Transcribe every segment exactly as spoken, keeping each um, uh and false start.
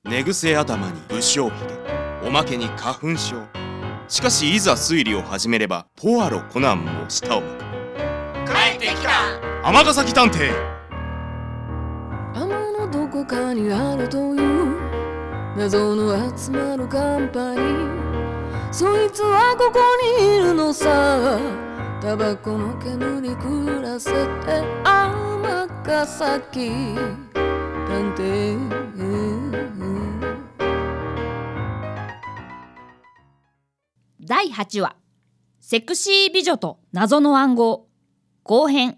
寝癖頭に不祥髭、おまけに花粉症。しかしいざ推理を始めれば、ポアロコナンも舌を巻く。 帰ってきた尼崎探偵。 天のどこかにあるという謎の集まるカンパニー、そいつはここにいるのさ。タバコの煙暮らせて尼崎探偵。 だいはちわ、セクシー美女と謎の暗号後編。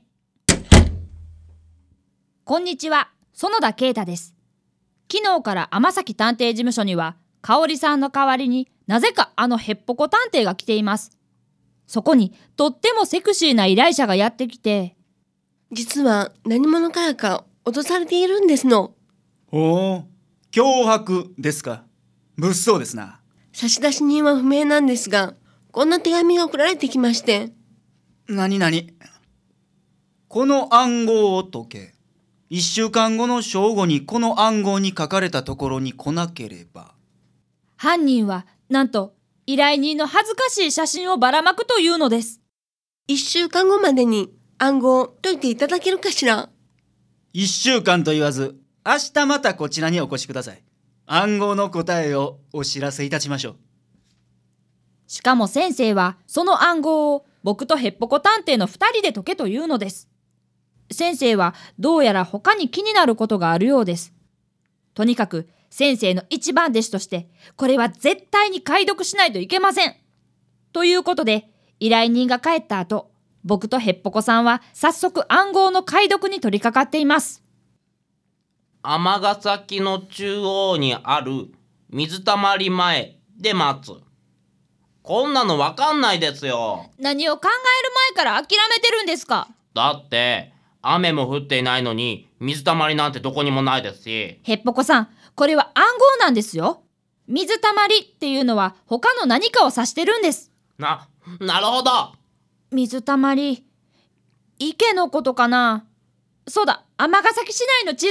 こんにちは、園田啓太です。昨日から尼崎探偵事務所には香織さんの代わりになぜかあのヘッポコ探偵が来ています。そこにとってもセクシーな依頼者がやってきて、 実は何者からか脅されているんですの。 おお、脅迫ですか。物騒ですな。 差出人は不明なんですが、こんな手紙が送られてきまして。 なになに。この暗号を解け。一週間後の正午にこの暗号に書かれたところに来なければ。 犯人はなんと依頼人の恥ずかしい写真をばらまくというのです。 一週間後までに暗号を解いていただけるかしら。 一週間と言わず、明日またこちらにお越しください。暗号の答えをお知らせいたしましょう。 しかも先生はその暗号を僕とヘッポコ探偵のふたりで解けというのです。先生はどうやら他に気になることがあるようです。とにかく先生の一番弟子としてこれは絶対に解読しないといけません。ということで依頼人が帰った後、僕とヘッポコさんは早速暗号の解読に取り掛かっています。 尼崎の中央にある水たまり前で待つ。こんなのわかんないですよ。 何を考える前から諦めてるんですか。 だって雨も降っていないのに水たまりなんてどこにもないですし。 ヘッポコさん、これは暗号なんですよ。水たまりっていうのは他の何かを指してるんです。 な、なるほど。 水たまり、池のことかな。そうだ、尼崎市内の地図。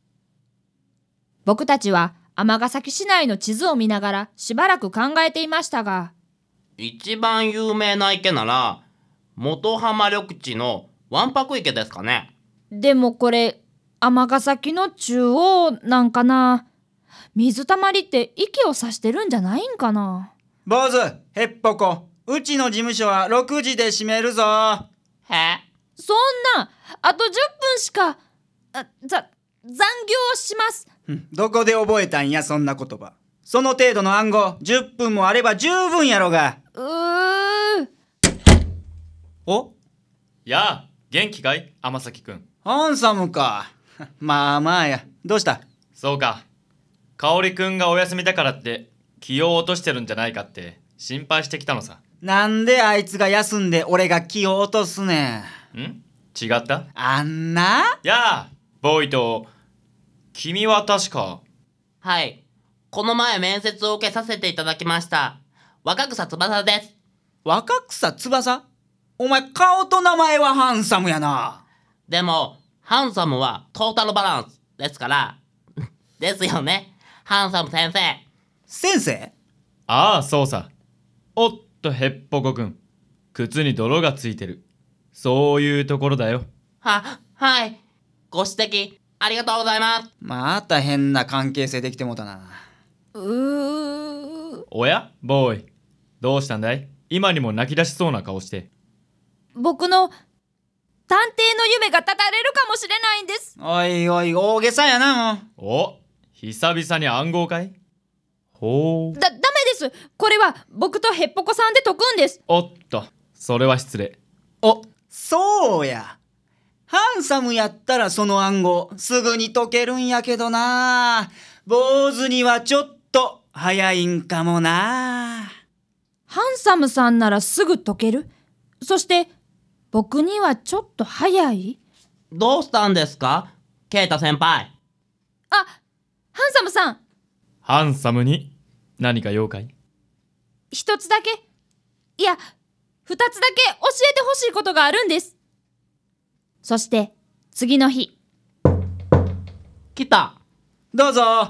僕たちは尼崎市内の地図を見ながらしばらく考えていましたが、 一番有名な池なら元浜緑地のわんぱく池ですかね。 でもこれ尼崎の中央なんかな。水たまりって池を指してるんじゃないんかな。 坊主、ヘッポコ、うちの事務所はろくじで閉めるぞ。 へ？ そんな、あとじゅっぷんしか、あ、ざ、残業します。 どこで覚えたんやそんな言葉。その程度の暗号じゅっぷんもあれば十分やろが。 うー。 お？ やあ、元気かい尼崎くん。 ハンサムか。まあまあや。どうした？ そうか。香織くんがお休みだからって気を落としてるんじゃないかって心配してきたのさ。 なんであいつが休んで俺が気を落とすねん。 ん？違った？ あんな？ やあ、ボーイと君は確か。 はい、この前面接を受けさせていただきました若草翼です。 若草翼？お前顔と名前はハンサムやな。 でもハンサムはトータルバランスですからですよね、ハンサム先生。 先生？ ああ、そうさ。おっとヘッポコくん、靴に泥がついてる。そういうところだよ。 は、はい、ご指摘ありがとうございます。 また変な関係性できてもうたな。 うー。 おやボーイ、どうしたんだい？今にも泣き出しそうな顔して。 僕の探偵の夢が絶たれるかもしれないんです。 おいおい、大げさやなもう。 お、久々に暗号かい？ほう。 だ、ダメです。これは僕とヘッポコさんで解くんです。 おっと、それは失礼。 お、そうや。ハンサムやったらその暗号すぐに解けるんやけどな。坊主にはちょっと早いんかもな。 ハンサムさんならすぐ解ける。そして僕にはちょっと早い。 どうしたんですか啓太先輩。 あ、ハンサムさん。 ハンサムに何か用かい？ 一つだけ、いや二つだけ教えてほしいことがあるんです。そして次の日。 来た。 どうぞ。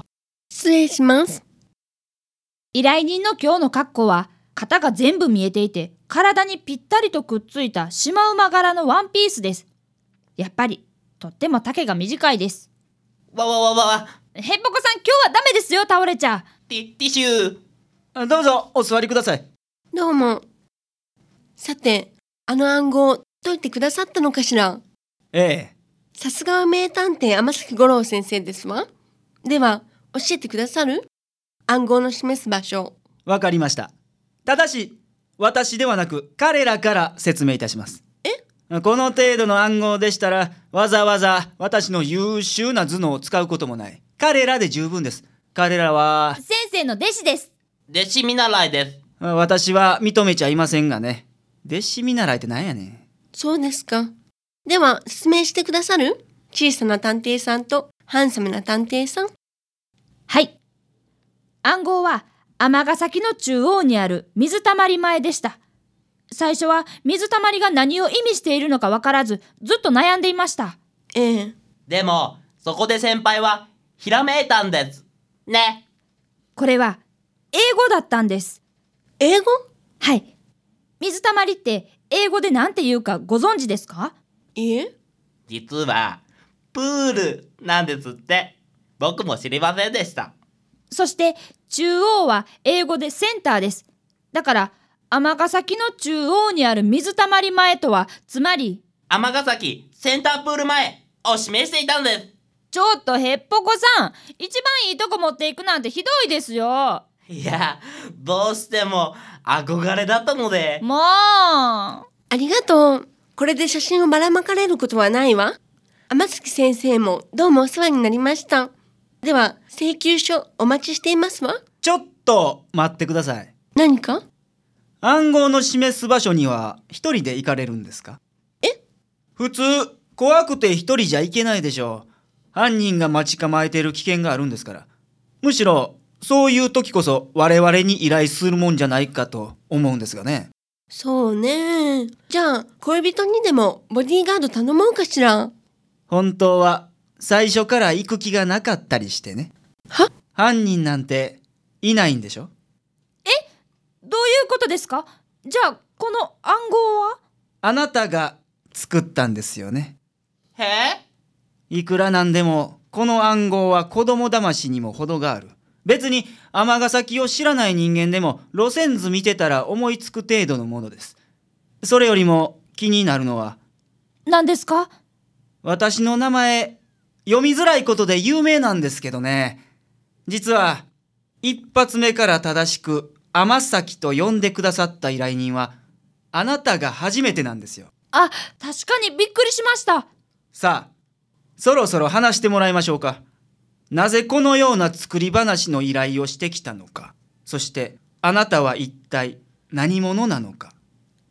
失礼します。 依頼人の今日の格好は肩が全部見えていて体にぴったりとくっついたシマウマ柄のワンピースです。やっぱりとっても丈が短いです。 わわわわわ。 へっぽこさん、今日はダメですよ、倒れちゃ。 ティティッシュー。 どうぞお座りください。 どうも。さて、あの暗号解いてくださったのかしら。 ええ。 さすがは名探偵天崎五郎先生ですわ。では教えてくださる？暗号の示す場所。 わかりました。ただし私ではなく彼らから説明いたします。 え？ この程度の暗号でしたらわざわざ私の優秀な頭脳を使うこともない。彼らで十分です。彼らは先生の弟子です。 弟子見習いです。 私は認めちゃいませんがね。弟子見習いってなんやねん。 そうですか。では説明してくださる？小さな探偵さんとハンサムな探偵さん。 はい。暗号は尼崎の中央にある水たまり前でした。最初は水たまりが何を意味しているのかわからずずっと悩んでいました。 ええ。 でもそこで先輩はひらめいたんですね。 これは英語だったんです。 英語？ はい。水たまりって英語でなんて言うかご存知ですか？ いえ。 実はプールなんですって。僕も知りませんでした。 そして中央は英語でセンターです。だから尼崎の中央にある水たまり前とはつまり尼崎センタープール前を示していたんです。 ちょっとへっぽこさん、一番いいとこ持っていくなんてひどいですよ。 いや、どうしても憧れだったので。 もうありがとう。これで写真をばらまかれることはないわ。天月先生もどうもお世話になりました。では請求書お待ちしていますわ。 ちょっと待ってください。 何か？ 暗号の示す場所には一人で行かれるんですか？ え？ 普通怖くて一人じゃ行けないでしょう。犯人が待ち構えている危険があるんですから。むしろそういう時こそ我々に依頼するもんじゃないかと思うんですがね。 そうね。じゃあ恋人にでもボディーガード頼もうかしら。 本当は最初から行く気がなかったりしてね。 は？ 犯人なんていないんでしょ？ どういうことですか？じゃあこの暗号は？ あなたが作ったんですよね。 へえ？ いくらなんでもこの暗号は子供騙しにも程がある。別に尼崎を知らない人間でも路線図見てたら思いつく程度のものです。それよりも気になるのは何ですか？ 私の名前読みづらいことで有名なんですけどね。実は一発目から正しく天崎と呼んでくださった依頼人はあなたが初めてなんですよ。 あ、確かにびっくりしました。 さあそろそろ話してもらいましょうか。なぜこのような作り話の依頼をしてきたのか、そしてあなたは一体何者なのか。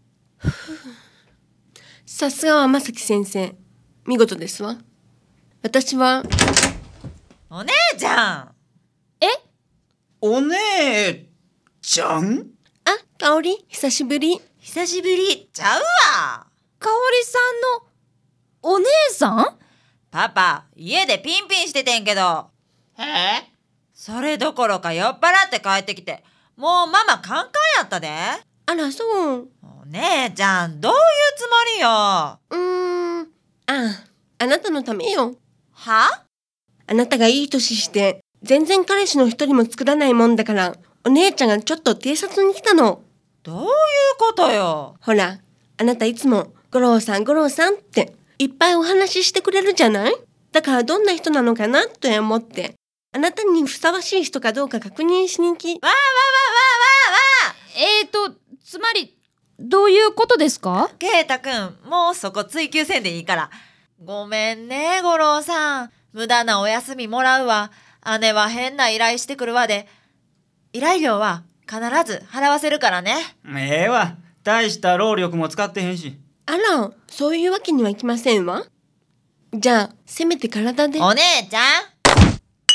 さすがは天崎先生、見事ですわ。私はお姉ちゃん。 え？ お姉ちゃん？ あ、香り久しぶり。 久しぶりちゃうわ。 香織さんのお姉さん？ パパ家でピンピンしててんけど。 へえ？ それどころか酔っ払って帰ってきてもうママカンカンやったで。 あらそう。 お姉ちゃんどういうつもりよ。 うーん、あ、あなたのためよ。 は？ あなたがいい年して全然彼氏の一人も作らないもんだからお姉ちゃんがちょっと偵察に来たの。 どういうことよ。 ほら、あなたいつも五郎さん五郎さんっていっぱいお話ししてくれるじゃない。だからどんな人なのかなと思ってあなたにふさわしい人かどうか確認しに来。 わーわーわーわーわーわえーと、つまりどういうことですか？ ケイタくんもうそこ追求せんでいいから。ごめんね五郎さん、無駄なお休みもらうわ。姉は変な依頼してくるわで。依頼料は必ず払わせるからね。 ええわ、大した労力も使ってへんし。 あら、そういうわけにはいきませんわ。じゃあせめて体で。 お姉ちゃん。 へっぽこ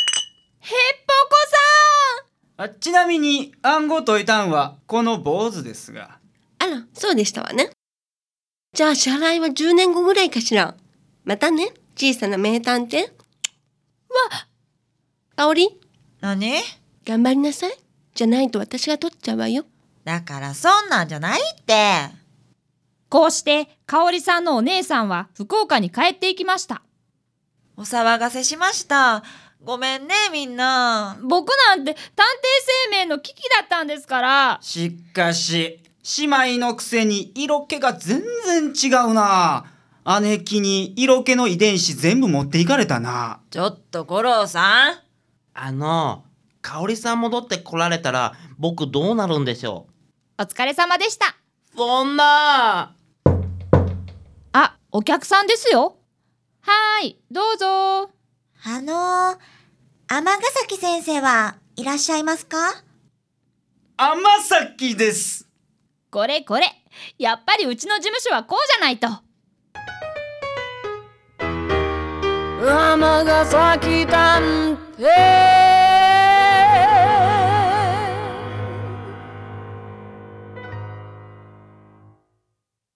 さん。 あ、ちなみに暗号解いたんはこの坊主ですが。 あら、そうでしたわね。じゃあ支払いはじゅうねんごぐらいかしら。またね、小さな名探偵。わ、香り、 何？ 頑張りなさい。じゃないと私が取っちゃうわよ。 だからそんなんじゃないって。 こうして香織さんのお姉さんは福岡に帰っていきました。 お騒がせしました。ごめんねみんな。 僕なんて探偵生命の危機だったんですから。 しかし姉妹のくせに色気が全然違うな。姉貴に色気の遺伝子全部持っていかれたな。 ちょっと五郎さん。 あの香織さん戻ってこられたら僕どうなるんでしょお疲れ様でした。 う。そんな。 あ、お客さんですよ。はーい、どうぞ。 あのー、天ヶ崎先生はいらっしゃいますか？ 天崎です。 これこれ、やっぱりうちの事務所はこうじゃないと。 尼崎探偵